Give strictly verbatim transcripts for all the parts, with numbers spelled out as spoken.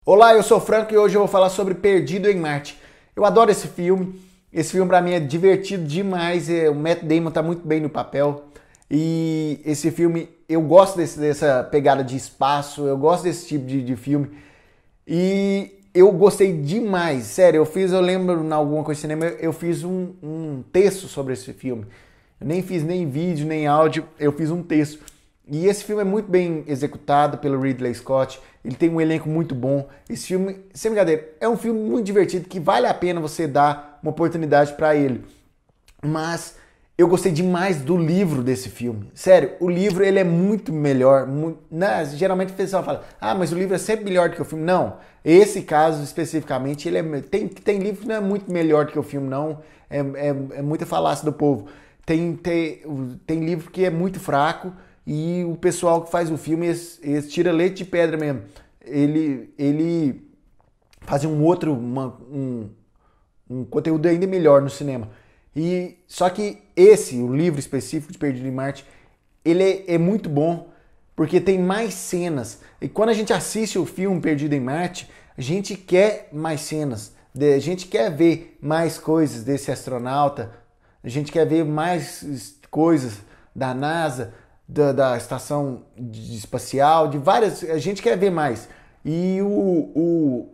Olá, eu sou o Franco e hoje eu vou falar sobre Perdido em Marte. Eu adoro esse filme. Esse filme pra mim é divertido demais. é, O Matt Damon tá muito bem no papel. E esse filme, eu gosto desse- dessa pegada de espaço, eu gosto desse tipo de, de filme. E eu gostei demais, sério. Eu fiz, eu lembro, em alguma coisa de cinema, eu fiz um, um texto sobre esse filme. Eu nem fiz nem vídeo, nem áudio, eu fiz um texto. E esse filme é muito bem executado pelo Ridley Scott. Ele tem um elenco muito bom. Esse filme, sem brincadeira, é um filme muito divertido que vale a pena você dar uma oportunidade para ele. Mas eu gostei demais do livro desse filme. Sério, o livro ele é muito melhor. Muito, né? Geralmente o pessoal fala, ah, mas o livro é sempre melhor do que o filme. Não, esse caso especificamente, ele é, tem, tem livro que não é muito melhor do que o filme, não. É, é, é muita falácia do povo. Tem, tem, tem livro que é muito fraco e o pessoal que faz o filme, eles, eles tira leite de pedra mesmo. Ele, ele faz um outro, uma, um, um conteúdo ainda melhor no cinema. E só que esse, o livro específico de Perdido em Marte, ele é, é muito bom porque tem mais cenas. E quando a gente assiste o filme Perdido em Marte, a gente quer mais cenas, a gente quer ver mais coisas desse astronauta, a gente quer ver mais coisas da NASA, da, da estação de- espacial, de várias. A gente quer ver mais. E o, o,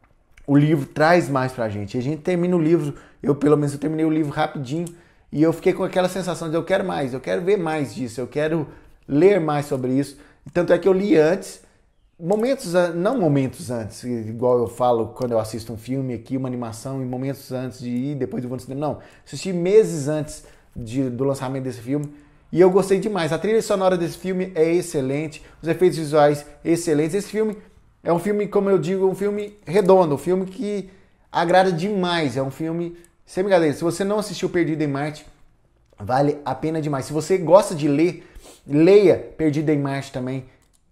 o livro traz mais pra gente. A gente termina o livro, eu pelo menos eu terminei o livro rapidinho e eu fiquei com aquela sensação de eu quero mais, eu quero ver mais disso, eu quero ler mais sobre isso. Tanto é que eu li antes, momentos, an- não momentos antes, igual eu falo quando eu assisto um filme aqui, uma animação, e momentos antes de ir, depois eu vou no cinema. Não, assisti meses antes de- do lançamento desse filme e eu gostei demais. A trilha sonora desse filme é excelente, os efeitos visuais excelentes. Esse filme é um filme, como eu digo, um filme redondo, um filme que agrada demais. É um filme, sem brincadeira, se você não assistiu Perdido em Marte, vale a pena demais. Se você gosta de ler, leia Perdido em Marte também.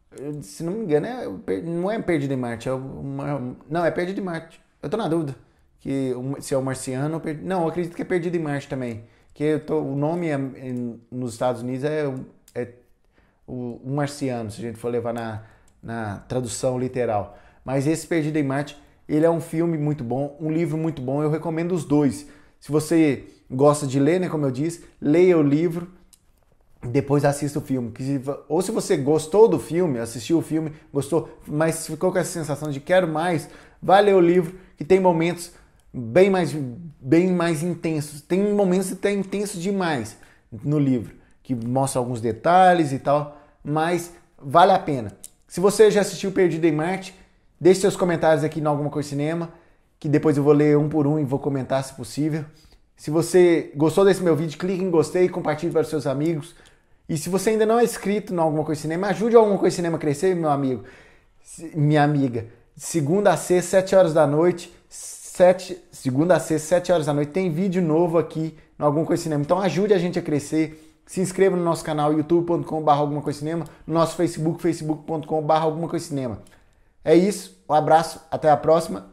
Se não me engano, é, não é Perdido em Marte, é uma, não, é Perdido em Marte. Eu tô na dúvida que se é o Marciano ou Perdido. Não, eu acredito que é Perdido em Marte também. Que eu tô, o nome é, em- nos Estados Unidos é, é o, o Marciano, se a gente for levar na, na tradução literal. Mas esse Perdido em Marte, ele é um filme muito bom, um livro muito bom, eu recomendo os dois. Se você gosta de ler, né, como eu disse, leia o livro, depois assista o filme. Ou se você gostou do filme, assistiu o filme, gostou, mas ficou com essa sensação de quero mais, vai ler o livro, que tem momentos bem mais, bem mais intensos. Tem momentos que tem intensos demais no livro, que mostra alguns detalhes e tal, mas vale a pena. Se você já assistiu Perdido em Marte, deixe seus comentários aqui no Alguma Coisa Cinema, que depois eu vou ler um por um e vou comentar se possível. Se você gostou desse meu vídeo, clique em gostei, compartilhe para os seus amigos. E se você ainda não é inscrito no Alguma Coisa Cinema, ajude o Alguma Coisa Cinema a crescer, meu amigo, minha amiga. Segunda a sexta, sete horas da noite, sete, segunda a sexta, sete horas da noite, tem vídeo novo aqui no Alguma Coisa Cinema. Então ajude a gente a crescer. Se inscreva no nosso canal youtube ponto com barra alguma coisa cinema, no nosso Facebook, facebook ponto com barra alguma coisa cinema. É isso, um abraço, até a próxima.